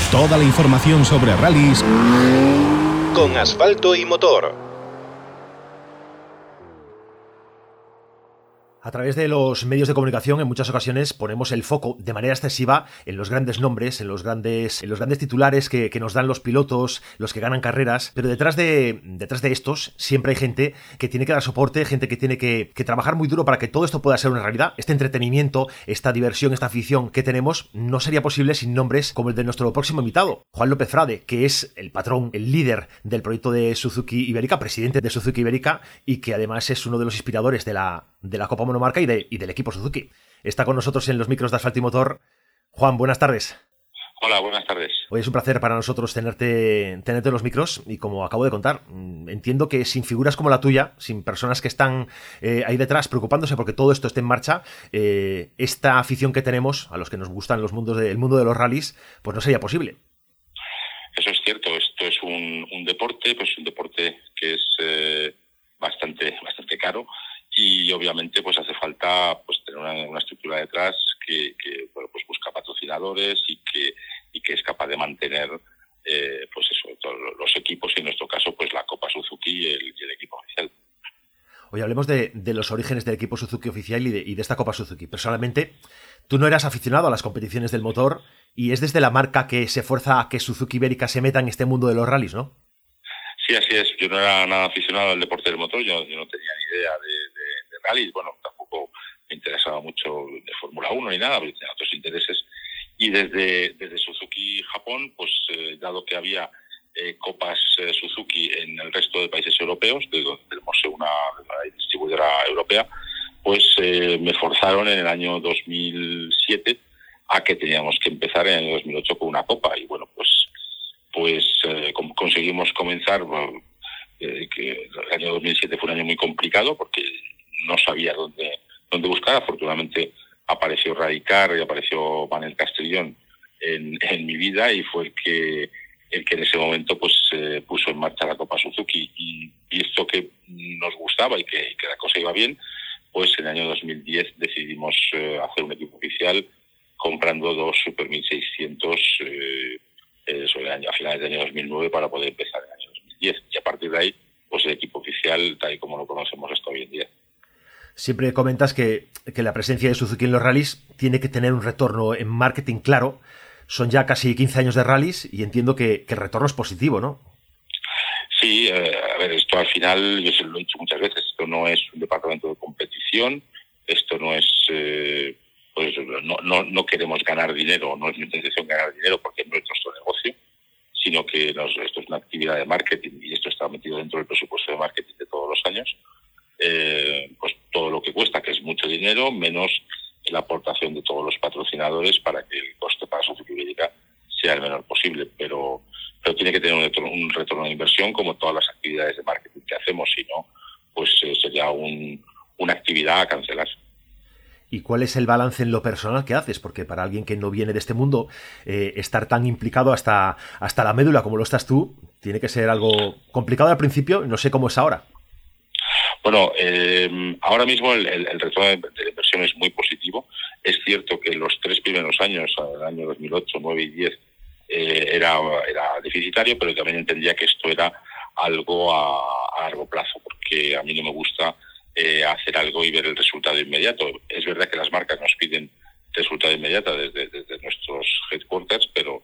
Toda la información sobre rallies con Asfalto y Motor. A través de los medios de comunicación, en muchas ocasiones ponemos el foco de manera excesiva en los grandes nombres, en los grandes titulares que nos dan los pilotos, los que ganan carreras, pero detrás de estos siempre hay gente que tiene que dar soporte, gente que tiene que trabajar muy duro para que todo esto pueda ser una realidad. Este entretenimiento, esta diversión, esta afición que tenemos no sería posible sin nombres como el de nuestro próximo invitado, Juan López Frade, que es el patrón, el líder del proyecto de Suzuki Ibérica, presidente de Suzuki Ibérica, y que además es uno de los inspiradores de la Copa Monomarca y del equipo Suzuki. Está con nosotros en los micros de Asfalto y Motor. Juan, buenas tardes. Hola, buenas tardes. Hoy es un placer para nosotros tenerte en los micros y, como acabo de contar, entiendo que sin figuras como la tuya, sin personas que están ahí detrás preocupándose porque todo esto esté en marcha, esta afición que tenemos, a los que nos gustan el mundo de los rallies, pues no sería posible. Eso es cierto. Esto es un deporte, pues un deporte que es bastante caro. Y obviamente pues hace falta pues tener una estructura detrás que bueno, pues busca patrocinadores y que es capaz de mantener pues eso, todos los equipos, y en nuestro caso pues la Copa Suzuki y el equipo oficial. Hoy hablemos de los orígenes del equipo Suzuki oficial y de esta Copa Suzuki. Personalmente, tú no eras aficionado a las competiciones del motor y es desde la marca que se fuerza a que Suzuki Ibérica se meta en este mundo de los rallies, ¿no? Sí, así es. Yo no era nada aficionado al deporte del motor, yo no tenía ni idea de rally. Bueno, tampoco me interesaba mucho de Fórmula 1 ni nada, porque tenía otros intereses. Y desde Suzuki Japón, pues dado que había copas Suzuki en el resto de países europeos, de donde tenemos una distribuidora europea, pues me forzaron en el año 2007 a que teníamos que empezar en el año 2008 con una copa. Y bueno, pues conseguimos comenzar, que el año 2007 fue un año muy complicado porque no sabía dónde buscar. Afortunadamente apareció Radicar y apareció Manel Castellón en mi vida, y fue el que en ese momento pues puso en marcha la Copa Suzuki, y esto que nos gustaba y que la cosa iba bien, pues en el año 2010 decidimos hacer un equipo oficial comprando 2 Super 1600 a finales del año 2009 para poder empezar en el año 2010, y a partir de ahí pues el equipo oficial tal y como lo conocemos hasta hoy en día. Siempre comentas que la presencia de Suzuki en los rallies tiene que tener un retorno en marketing claro. Son ya casi 15 años de rallies y entiendo que el retorno es positivo, ¿no? Sí, a ver, esto al final, yo se lo he dicho muchas veces, esto no es un departamento de competición, esto no es, pues no queremos ganar dinero, no es nuestra intención ganar dinero porque no es nuestro negocio, sino que esto es una actividad de marketing, y esto está metido dentro del presupuesto de marketing de todos los años. Pues todo lo que cuesta, que es mucho dinero, menos la aportación de todos los patrocinadores para que el coste para Suzuki Ibérica sea el menor posible, pero tiene que tener un retorno de inversión como todas las actividades de marketing que hacemos, si no, pues sería una actividad a cancelar. ¿Y cuál es el balance en lo personal que haces? Porque para alguien que no viene de este mundo, estar tan implicado hasta la médula como lo estás tú, tiene que ser algo complicado al principio, no sé cómo es ahora. Bueno, ahora mismo el retorno de la inversión es muy positivo. Es cierto que los 3 primeros años, el año 2008, 2009 y 2010, era deficitario, pero también entendía que esto era algo a largo plazo, porque a mí no me gusta hacer algo y ver el resultado inmediato. Es verdad que las marcas nos piden resultado inmediato desde nuestros headquarters, pero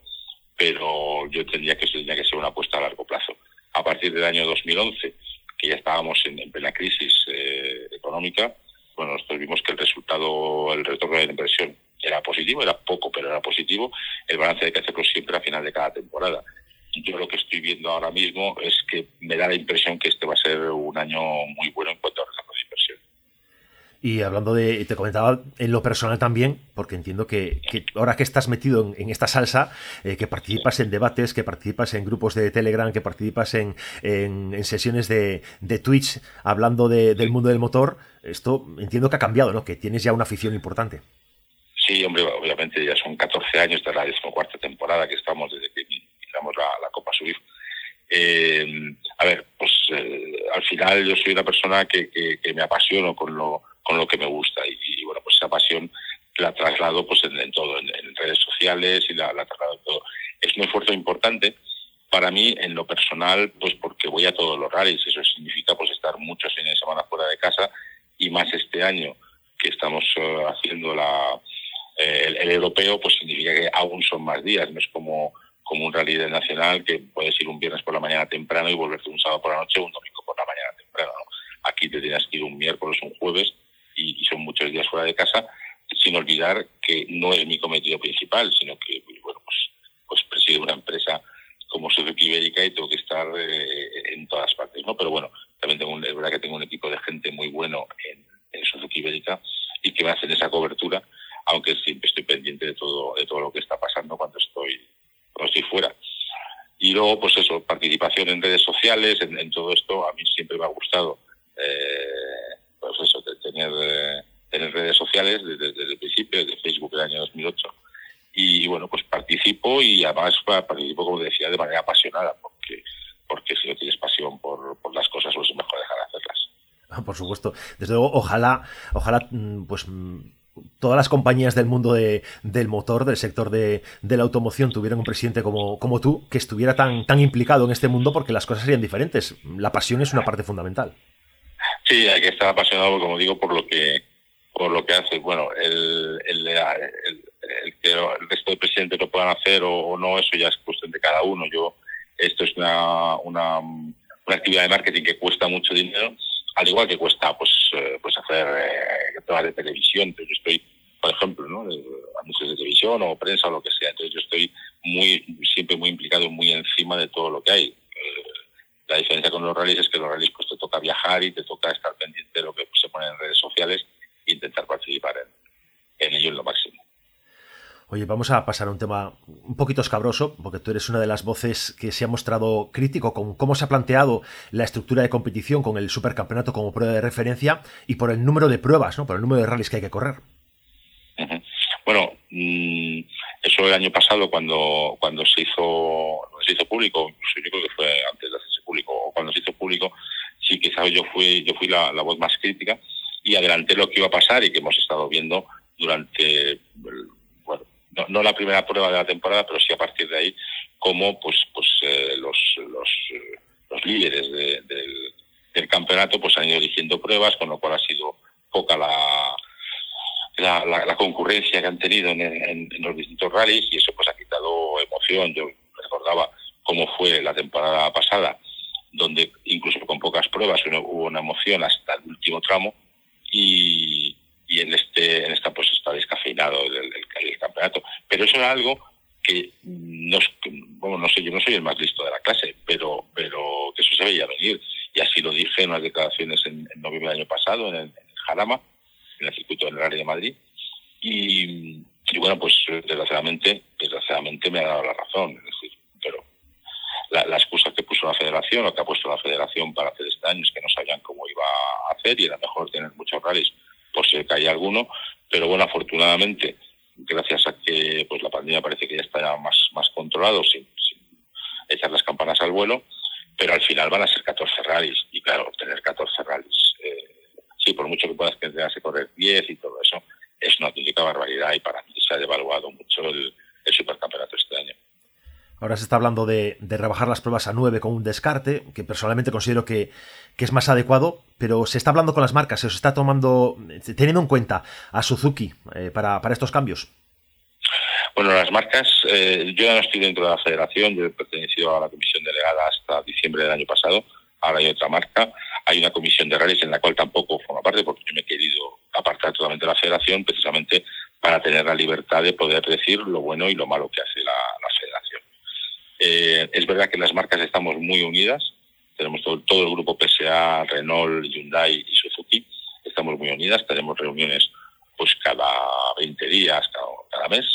yo entendía que tenía que ser una apuesta a largo plazo. A partir del año 2011, que ya estábamos en plena crisis económica, bueno, nosotros vimos que el retorno de la inversión era positivo, era poco, pero era positivo. El balance hay que hacerlo siempre a final de cada temporada. Yo lo que estoy viendo ahora mismo es que me da la impresión que este va a ser un año muy bueno en cuanto a retorno de inversión. Y hablando te comentaba en lo personal también, porque entiendo que ahora que estás metido en esta salsa, que participas en debates, que participas en grupos de Telegram, que participas en sesiones de Twitch hablando del mundo del motor, esto entiendo que ha cambiado, ¿no? Que tienes ya una afición importante. Sí, hombre, obviamente ya son 14 años de la 14ª temporada que estamos desde que iniciamos la Copa Swift. A ver, pues al final yo soy una persona que me apasiono con lo que me gusta, y bueno, pues esa pasión la traslado pues en todo, en redes sociales, y la traslado en todo. Es un esfuerzo importante para mí en lo personal, pues porque voy a todos los rallies. Eso significa pues estar muchos fines de semana fuera de casa, y más este año que estamos haciendo el europeo, pues significa que aún son más días. No es como un rally del nacional que puedes ir un viernes por la mañana temprano y volverte un sábado por la noche o un domingo por la mañana temprano, ¿no? Aquí te tienes que ir un miércoles, un jueves, y son muchos días fuera de casa, sin olvidar que no es mi cometido principal, sino que, bueno, pues presido una empresa como Suzuki Ibérica y tengo que estar en todas partes, ¿no? Pero bueno, también es verdad que tengo un equipo de gente muy bueno en Suzuki Ibérica y que me hacen esa cobertura, aunque siempre estoy pendiente de todo lo que está pasando cuando estoy fuera. Y luego, pues eso, participación en redes sociales, en todo esto, a mí siempre me ha gustado, pues eso, tener redes sociales desde el principio, desde Facebook del año 2008. Y bueno, pues participo, y además participo, como decía, de manera apasionada, porque si no tienes pasión por las cosas, pues es mejor dejar de hacerlas. Por supuesto. Desde luego, ojalá, pues todas las compañías del mundo del motor, del sector de la automoción, tuvieran un presidente como tú, que estuviera tan implicado en este mundo, porque las cosas serían diferentes. La pasión es una parte fundamental. Sí, hay que estar apasionado, como digo, por lo que hace. Bueno, el que el resto de presidentes lo puedan hacer o no, eso ya es cuestión de cada uno. Esto es una actividad de marketing que cuesta mucho dinero, al igual que cuesta pues hacer temas de televisión. Entonces yo estoy, por ejemplo, ¿no?, anuncios de televisión o prensa o lo que sea. Entonces yo estoy siempre muy implicado, muy encima de todo lo que hay. La diferencia con los rallies es que los rallies pues te toca viajar y te toca estar pendiente de lo que se pone en redes sociales e intentar participar en ello en lo máximo. Oye, vamos a pasar a un tema un poquito escabroso, porque tú eres una de las voces que se ha mostrado crítico con cómo se ha planteado la estructura de competición con el supercampeonato como prueba de referencia y por el número de pruebas, ¿no?, por el número de rallies que hay que correr. Uh-huh. Bueno, eso el año pasado cuando se hizo público, incluso yo creo que fue antes de hacerse público, o cuando se hizo público, sí que yo fui la voz más crítica y adelanté lo que iba a pasar y que hemos estado viendo durante, bueno, no la primera prueba de la temporada, pero sí a partir de ahí, cómo los líderes del campeonato pues han ido eligiendo pruebas, con lo cual ha sido poca la concurrencia que han tenido en los distintos rallies, y eso pues ha quitado emoción. Yo recordaba cómo fue la temporada pasada, donde incluso con pocas pruebas hubo una emoción hasta el último tramo, y en esta pues está descafeinado el campeonato. Pero eso era algo que no sé, yo no soy el más listo de la clase, pero que eso se veía venir, y así lo dije en unas declaraciones en noviembre del año pasado en Jarama, en el circuito del Rally de Madrid, y bueno, pues desgraciadamente me ha dado la razón. Es decir, pero la excusa que puso la federación, o que ha puesto la federación para hacer este año, es que no sabían cómo iba a hacer y era mejor tener muchos rallies por si caía alguno. Pero bueno, afortunadamente, gracias a que pues la pandemia parece que ya está más controlado, sin echar las campanas al vuelo, pero al final van a ser 14 rallies, y claro, tener 14 rallies, sí, por mucho que puedas quedarse correr 10 y todo eso, es una auténtica barbaridad, y para mí se ha devaluado mucho el supercampeonato este año. Ahora se está hablando de rebajar las pruebas a 9 con un descarte, que personalmente considero que es más adecuado, pero se está hablando con las marcas, se os está teniendo en cuenta a Suzuki para estos cambios. Bueno, las marcas, yo ya no estoy dentro de la federación, yo he pertenecido a la comisión delegada hasta diciembre del año pasado. Ahora hay otra marca, hay una comisión de rallies en la cual tampoco forma parte, porque yo me he querido apartar totalmente de la federación, precisamente para tener la libertad de poder decir lo bueno y lo malo que hace la federación. Es verdad que las marcas estamos muy unidas, tenemos todo el grupo PSA, Renault, Hyundai y Suzuki, estamos muy unidas, tenemos reuniones pues cada 20 días, cada mes,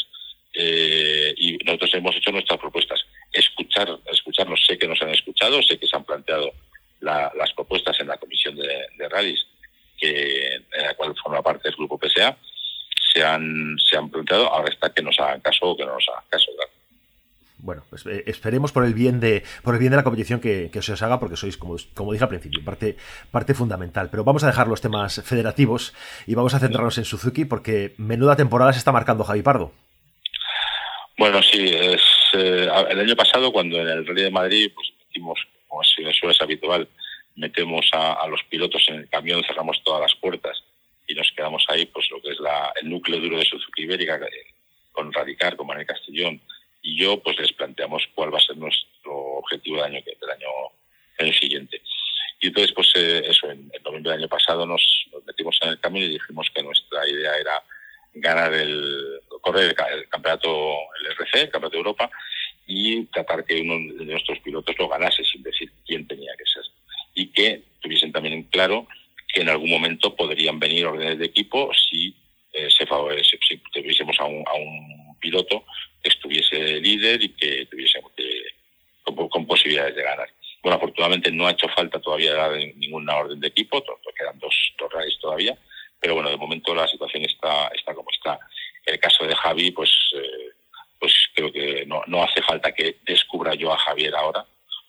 y nosotros hemos hecho nuestras propuestas. Escucharnos, sé que nos han escuchado, sé que se han planteado las propuestas en la comisión de rallies, en la cual forma parte del grupo PSA, se han planteado. Ahora está que nos hagan caso o que no nos hagan caso, ¿verdad? Bueno, pues esperemos por el bien de la competición que se os haga, porque sois, como dije al principio, parte fundamental. Pero vamos a dejar los temas federativos y vamos a centrarnos en Suzuki, porque menuda temporada se está marcando Javi Pardo. Bueno, sí, el año pasado, cuando en el Rally de Madrid, pues metimos, como suele ser habitual, metemos a los pilotos en el camión, cerramos todas las puertas y nos quedamos ahí, pues lo que es el núcleo duro de Suzuki Ibérica, con Radicar, con Manuel Castellón y yo, pues les planteamos cuál va a ser nuestro objetivo del año siguiente. Y entonces, pues eso, en noviembre del año pasado nos metimos en el camión y dijimos que nuestra idea era correr el campeonato, el RC, el campeonato de Europa, y tratar que uno de nuestros pilotos lo ganase, sin decir quién tenía que ser. Y que tuviesen también en claro que en algún momento podrían venir órdenes de equipo si si tuviésemos a un piloto que estuviese líder y que tuviese con posibilidades de ganar. Bueno, afortunadamente no ha hecho falta todavía dar ninguna orden de equipo, quedan dos rallies todavía, pero bueno, de momento la situación está como está. En el caso de Javi, pues creo que no hace falta que descubra yo a Javier ahora.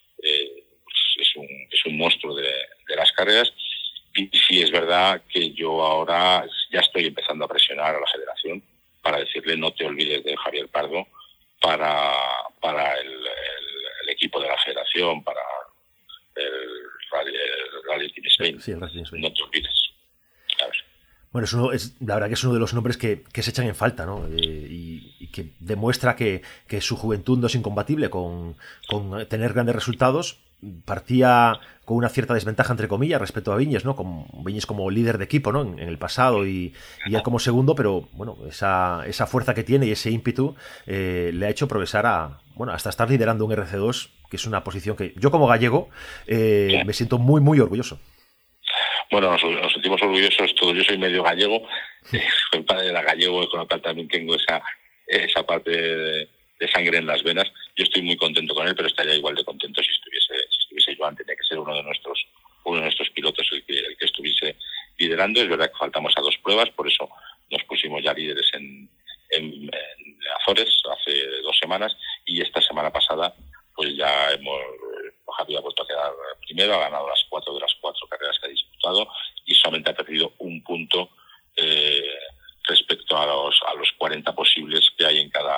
Es un monstruo de las carreras, y sí es verdad que yo ahora ya estoy empezando a presionar a la federación para decirle no te olvides de Javier Pardo para el equipo de la federación, para el Rally Team Spain. Sí, el Rally Team Spain. No te olvides. Bueno, la verdad que es uno de los nombres que se echan en falta, ¿no? Y que demuestra que su juventud no es incompatible con tener grandes resultados. Partía con una cierta desventaja, entre comillas, respecto a Viñes, ¿no? Con Viñes como líder de equipo, ¿no? En el pasado y él como segundo, pero bueno, esa fuerza que tiene y ese ímpetu le ha hecho progresar hasta estar liderando un RC2, que es una posición que yo como gallego me siento muy, muy orgulloso. Bueno, nos sentimos orgullosos todos. Yo soy medio gallego, soy padre de la gallego, con lo cual también tengo esa parte de sangre en las venas. Yo estoy muy contento con él, pero estaría igual de contento si estuviese Joan. Tenía que ser uno de nuestros pilotos el que estuviese liderando. Es verdad que faltamos a 2 pruebas, por eso nos pusimos ya líderes en Azores hace 2 semanas, y esta semana pasada pues ya Javi ha vuelto a quedar primero, ha ganado las 4 de las 4 carreras que ha disputado y solamente ha perdido un punto respecto a los 40 posibles que hay en cada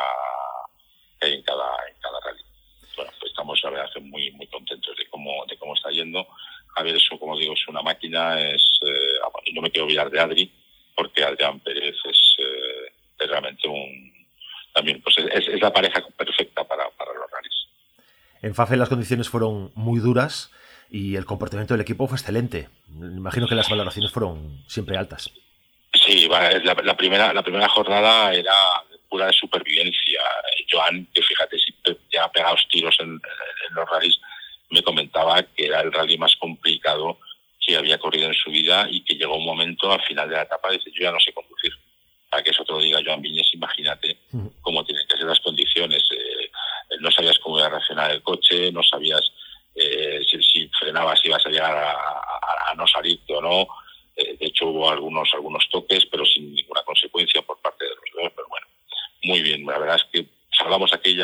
rally. Bueno, pues estamos la verdad muy muy contentos de cómo está yendo. Javier, eso, como digo, es una máquina, y no me quiero olvidar de Adri, porque Adrián Pérez es realmente también pues es la pareja perfecta para los rallies. En FAFE las condiciones fueron muy duras y el comportamiento del equipo fue excelente. Me imagino que las valoraciones fueron siempre altas. Sí, la primera jornada era pura de supervivencia. Joan, que fíjate, si ya ha pegado tiros en los rallies, me comentaba que era el rally más complicado que había corrido en su vida y que llegó un momento al final de la etapa y dice, yo ya no sé conducir. Para que eso te lo diga Joan Viñes, imagínate cómo tienen que ser las condiciones. No sabías cómo iba a reaccionar el coche, no sabías si frenabas ibas a llegar a no salirte o no. De hecho hubo algunos toques, pero sin ninguna consecuencia por parte de los dos. Pero bueno, muy bien. La verdad es que salvamos aquel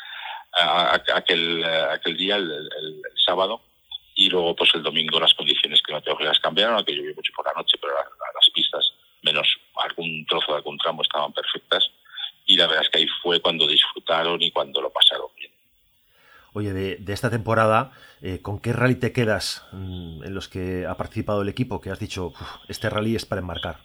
día, el sábado, y luego pues el domingo las condiciones climatológicas cambiaron, aunque llovió mucho por la noche, pero las pistas, menos algún trozo de algún tramo, estaban perfectas, y la verdad es que ahí fue cuando disfrutaron y cuando lo pasaron bien. Oye, de esta temporada, ¿con qué rally te quedas en los que ha participado el equipo? Que has dicho, este rally es para enmarcar.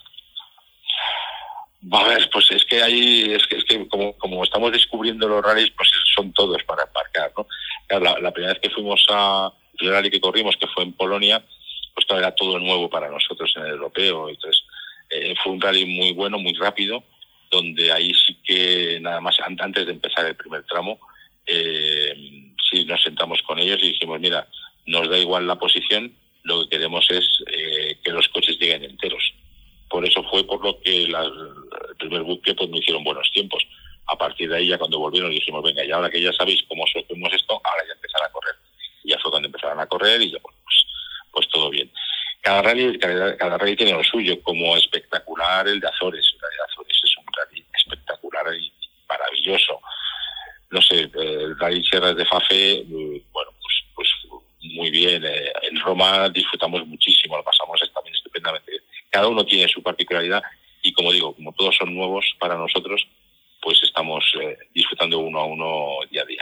A ver, pues es que como estamos descubriendo los rallies, pues son todos para embarcar, ¿no? Claro, la primera vez que fuimos el primer rally que corrimos, que fue en Polonia, pues todo era todo nuevo para nosotros en el europeo. Entonces, fue un rally muy bueno, muy rápido, donde ahí sí que nada más, antes de empezar el primer tramo, sí nos sentamos con ellos y dijimos, mira, nos da igual la posición, lo que queremos es que los coches lleguen enteros. Por eso fue por lo que el primer buque pues no hicieron buenos tiempos. A partir de ahí, ya cuando volvieron, dijimos, venga, y ahora que ya sabéis cómo hacemos esto, ahora ya empezar a correr. Y ya fue cuando empezaron a correr y ya, bueno, pues todo bien. Cada rally tiene lo suyo, como espectacular el de Azores. El de Azores es un rally espectacular y maravilloso. No sé, el rally Sierras de Fafe, bueno, pues muy bien. En Roma disfrutamos muchísimo, lo pasamos también estupendamente. Cada uno tiene su particularidad y, como digo, como todos son nuevos para nosotros, pues estamos disfrutando uno a uno día a día.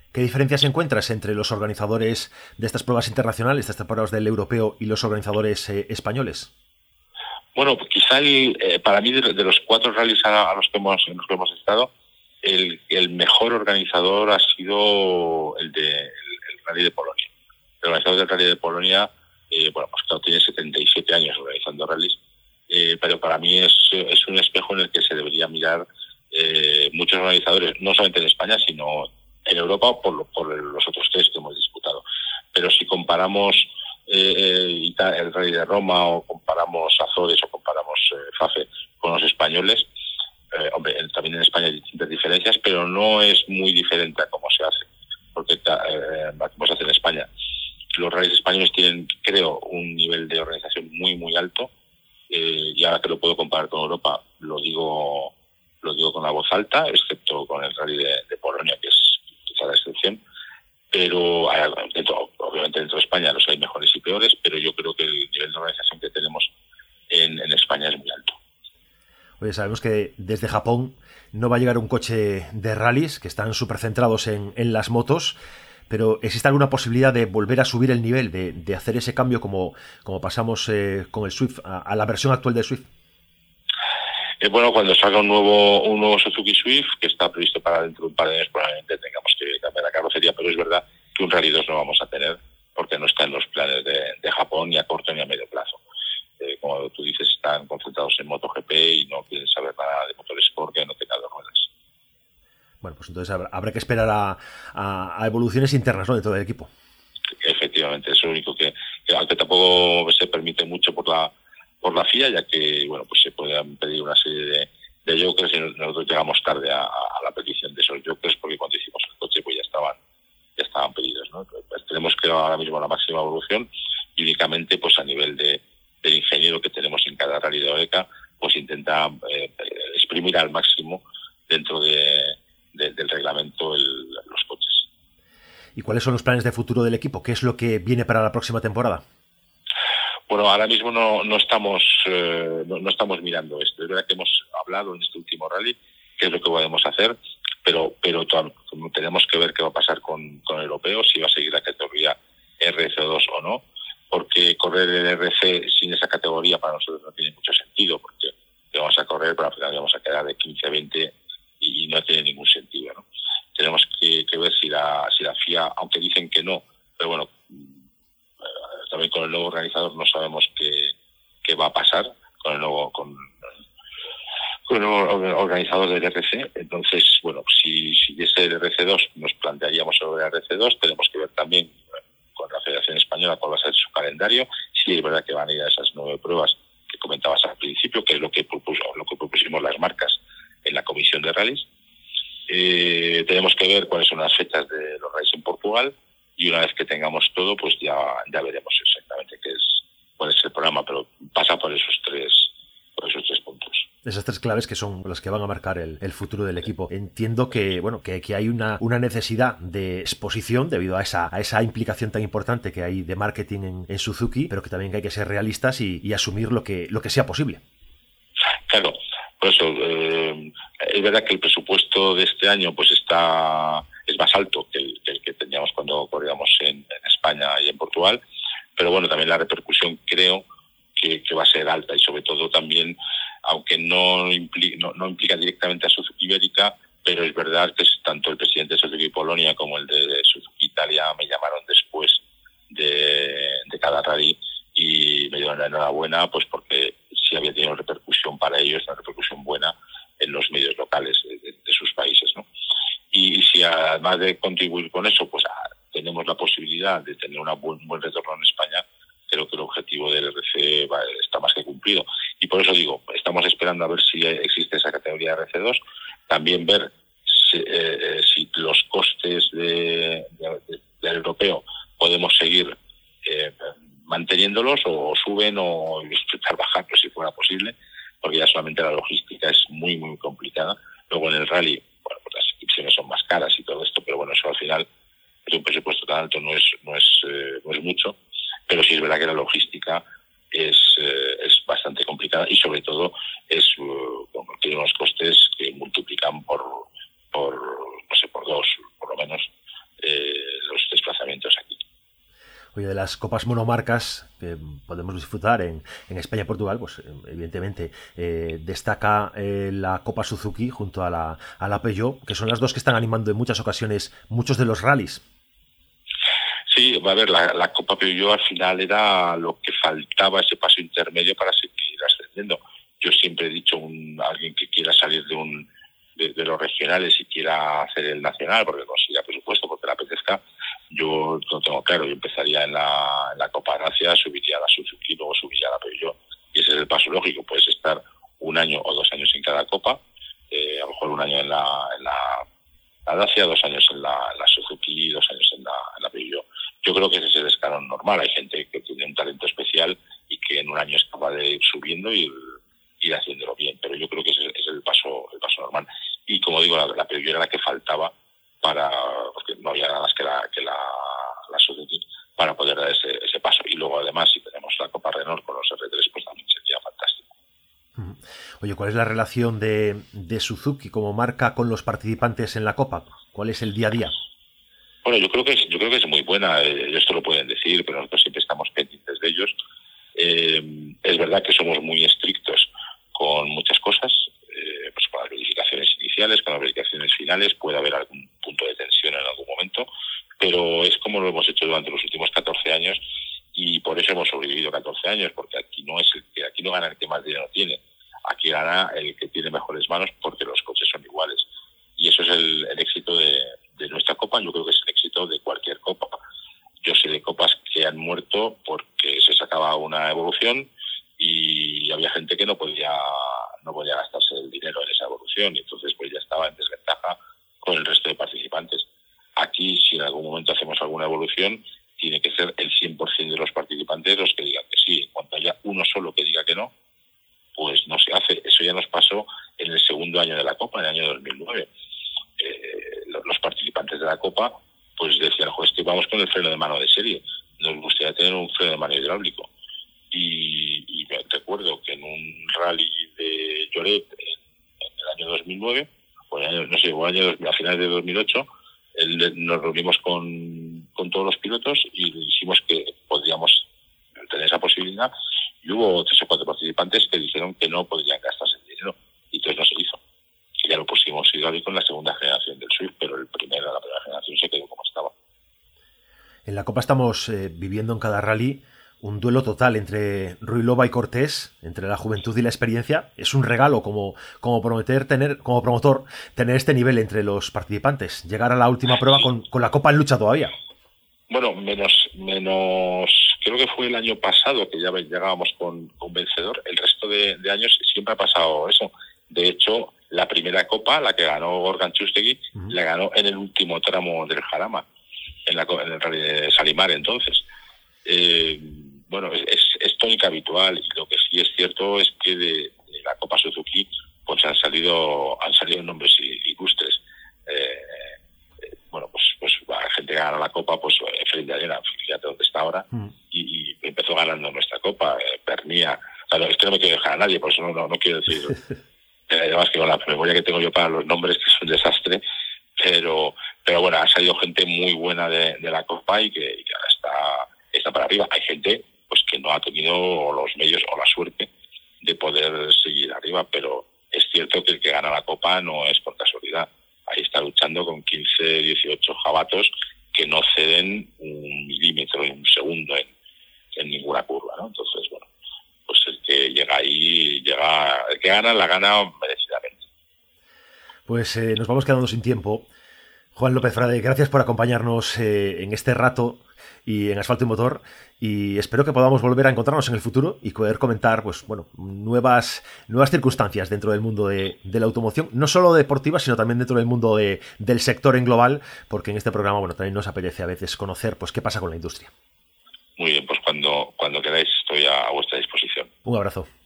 ¿Qué diferencias encuentras entre los organizadores de estas pruebas internacionales, de estas pruebas del europeo, y los organizadores españoles? Bueno, pues quizá para mí de los 4 rallies a los que hemos estado, el mejor organizador ha sido el Rally de Polonia. El organizador del Rally de Polonia, pues claro, tiene 77 años organizando rallies, pero para mí es un espejo en el que se debería mirar muchos organizadores, no solamente en España, sino en Europa por los otros 3 que hemos disputado. Pero si comparamos el Rally de Roma, o comparamos Azores, o comparamos FAFE con los españoles, hombre, también en España hay distintas diferencias, pero no es muy diferente a cómo se hace, porque como se hace en España. Los rallies españoles tienen, creo, un nivel de organización muy, muy alto, y ahora que lo puedo comparar con Europa, lo digo con la voz alta, excepto con el Rally de Polonia, que es quizá la excepción. Pero obviamente dentro de España los hay mejores y peores, pero yo creo que el nivel de organización que tenemos en España es muy alto. Oye, sabemos que desde Japón no va a llegar un coche de rallies, que están súper centrados en las motos, pero ¿existe alguna posibilidad de volver a subir el nivel, de hacer ese cambio como pasamos con el Swift a la versión actual del Swift? Bueno, cuando salga un nuevo Suzuki Swift, que está previsto para dentro de un par de años, probablemente tengamos que cambiar la carrocería, pero es verdad que un Rally 2 no vamos a tener, porque no está en los planes de Japón, ni a corto ni a medio plazo. Como tú dices, están concentrados en MotoGP y no quieren saber nada de motor Sport que no tenga 2 ruedas. Bueno, pues entonces habrá que esperar a evoluciones internas, ¿no?, dentro del equipo. Efectivamente, es lo único que aunque tampoco se permite mucho por la FIA, ya que bueno, pues se pueden pedir una serie de jokers, y nosotros llegamos tarde a la petición de esos jokers, porque cuando hicimos el coche pues ya estaban pedidos, ¿no? Pues tenemos que ahora mismo la máxima evolución, y únicamente pues a nivel del ingeniero que tenemos en cada rally de Oreca, pues intenta exprimir al máximo dentro del reglamento los coches. ¿Y cuáles son los planes de futuro del equipo? ¿Qué es lo que viene para la próxima temporada? Bueno, ahora mismo no estamos mirando esto. Es verdad que hemos hablado en este último rally qué es lo que podemos hacer, pero tenemos que ver qué va a pasar con el europeo, si va a seguir la categoría RC2 o no, porque correr el RC sin esa categoría para nosotros no tiene mucho sentido, porque vamos a correr, pero al final vamos a quedar de 15 a 20 y no tiene ningún sentido, ¿no? Tenemos que ver si la FIA, aunque dicen que no, pero bueno, también con el nuevo organizador no sabemos qué va a pasar con el nuevo organizador del RC. Entonces, bueno, si es el RC2, nos plantearíamos sobre el RC2. Tenemos que ver también con la Federación Española cuál va a ser su calendario, si es verdad que van a ir a esas 9 pruebas que comentabas al principio, que es lo que propusimos las marcas en la comisión de rallies. Tenemos que ver cuáles son las fechas de los rallies en Portugal, y una vez que tengamos todo, pues ya veremos exactamente cuál es el programa, pero pasa por esos tres puntos. Esas 3 claves que son las que van a marcar el futuro del equipo. Entiendo que hay una necesidad de exposición debido a esa implicación tan importante que hay de marketing en Suzuki, pero que también hay que ser realistas y asumir lo que sea posible. Claro, por eso es verdad que el presupuesto de este año pues es más alto que el que teníamos cuando corríamos en España y en Portugal, pero bueno, también la repercusión creo que va a ser alta, y sobre todo también, aunque no implica directamente a Suzuki Ibérica, pero es verdad que tanto el presidente de Suzuki Polonia como el de Suzuki Italia me llamaron después de cada rally y me dieron la enhorabuena, pues porque sí había tenido repercusión para ellos, una repercusión buena en los medios locales de sus países, ¿no? Y si además de contribuir con eso, pues tenemos la posibilidad de tener un buen retorno en España, creo que el objetivo del RC está más que cumplido. Y por eso digo, estamos esperando a ver si existe esa categoría RC2, también ver si los costes del europeo podemos seguir manteniéndololos, o suben, o intentar bajarlos si fuera posible, porque ya solamente la logística es muy, muy complicada. Luego en el rally, bueno, pues las inscripciones son más caras y todo esto, pero bueno, eso al final, de un presupuesto tan alto no es mucho, pero sí es verdad que la logística es bastante complicada, y sobre todo tiene unos costes que multiplican por 2, por lo menos, Oye, de las copas monomarcas que podemos disfrutar en España y Portugal, pues evidentemente destaca la Copa Suzuki junto a la Peugeot, que son las dos que están animando en muchas ocasiones muchos de los rallies. Sí, va a ver, la Copa Peugeot al final era lo que faltaba, ese paso intermedio para seguir ascendiendo. Yo siempre he dicho a alguien que quiera salir de los regionales y quiera hacer el nacional, porque consiga presupuesto, porque le apetezca, yo lo tengo claro, yo empezaría en la Copa Gracia, subiría a la Suzuki, luego subiría a la Peugeot, y ese es el paso lógico. Puedes estar 1 año o 2 años en cada Copa, a lo mejor 1 año en la Dacia, 2 años en la Suzuki y 2 años en la Peugeot. Yo creo que ese es el escalón normal. Hay gente que tiene un talento especial y que en 1 año es capaz de ir subiendo y ir haciéndolo bien, pero yo creo que ese es el paso normal. Y como digo, la Peugeot era la que faltaba porque no había nada más que la Suzuki para poder dar ese paso. Y luego además, si tenemos la Copa Renault con los R3, pues también sería fantástico. Oye, ¿cuál es la relación de Suzuki como marca con los participantes en la Copa? ¿Cuál es el día a día? Bueno, yo creo que es muy buena. Esto lo pueden decir, pero nosotros siempre estamos pendientes de ellos. Es verdad que somos muy estrictos con muchas cosas, pues con las verificaciones iniciales, con las verificaciones finales, puede haber algún punto de tensión en algún momento, pero es como lo hemos hecho durante los últimos 14 años y por eso hemos sobrevivido 14 años, porque aquí no gana el que más dinero tiene, aquí gana el que tiene mejores manos porque los coches son iguales. Y eso es el éxito de nuestra Copa. Yo creo que es el éxito de cualquier Copa. Yo sé de copas que han muerto porque se sacaba una evolución y había gente que no podía gastarse el dinero en esa evolución y entonces pues ya estaba en desventaja con el resto de participantes. Aquí, si en algún momento hacemos alguna evolución, tiene que ser el 100% de los participantes los que digan que sí. En cuanto haya uno solo que diga que no, pues no se hace. Eso ya nos pasó en el segundo año de la Copa, en el año 2009. Los participantes de la Copa pues decían, joder, vamos con el freno de mano de serie, nos gustaría tener un freno de mano hidráulico. Y me recuerdo que en un rally de Lloret en el año 2009, a finales de 2008, nos reunimos con todos los pilotos y dijimos que podríamos tener esa posibilidad y hubo 3 o 4 participantes que dijeron que no podrían gastarse el dinero y entonces no se hizo. Y ya lo pusimos hidráulico en la segunda generación del Swift, pero la primera generación se quedó como estaba. En la Copa estamos viviendo en cada rally un duelo total entre Ruilova y Cortés, entre la juventud y la experiencia. Es un regalo como promotor tener este nivel entre los participantes, llegar a la última prueba con la Copa en lucha todavía. Bueno, menos creo que fue el año pasado que ya llegábamos con vencedor. El resto de años siempre ha pasado eso. De hecho, la primera Copa, la que ganó Gorgan Chustegui, la ganó en el último tramo del Jarama, en el rally de Salimar entonces. Bueno, es tónica habitual y lo que sí es cierto es que de la Copa Suzuki pues han salido nombres ilustres. Bueno, pues la gente que gana la Copa, pues Efraín de Arena, fíjate dónde está ahora, y empezó ganando nuestra Copa, Pernía. Claro, es que no me quiero dejar a nadie, por eso no quiero decir. Además que con la memoria que tengo yo para los nombres, que es un desastre, pero bueno, ha salido gente muy buena de la Copa y que ahora está para arriba. Hay gente pues que no ha tenido los medios o la suerte de poder seguir arriba, pero es cierto que el que gana la Copa no es por casualidad. Ahí está luchando con 15, 18 jabatos que no ceden 1 milímetro y 1 segundo en ninguna curva, ¿no? Entonces, bueno, pues el que llega ahí, el que gana, la gana merecidamente. Pues nos vamos quedando sin tiempo. Juan López Frade, gracias por acompañarnos en este rato y en Asfalto y Motor, y espero que podamos volver a encontrarnos en el futuro y poder comentar pues bueno, nuevas circunstancias dentro del mundo de la automoción, no solo deportiva, sino también dentro del mundo del sector en global, porque en este programa bueno, también nos apetece a veces conocer pues qué pasa con la industria. Muy bien, pues cuando queráis estoy a vuestra disposición. Un abrazo.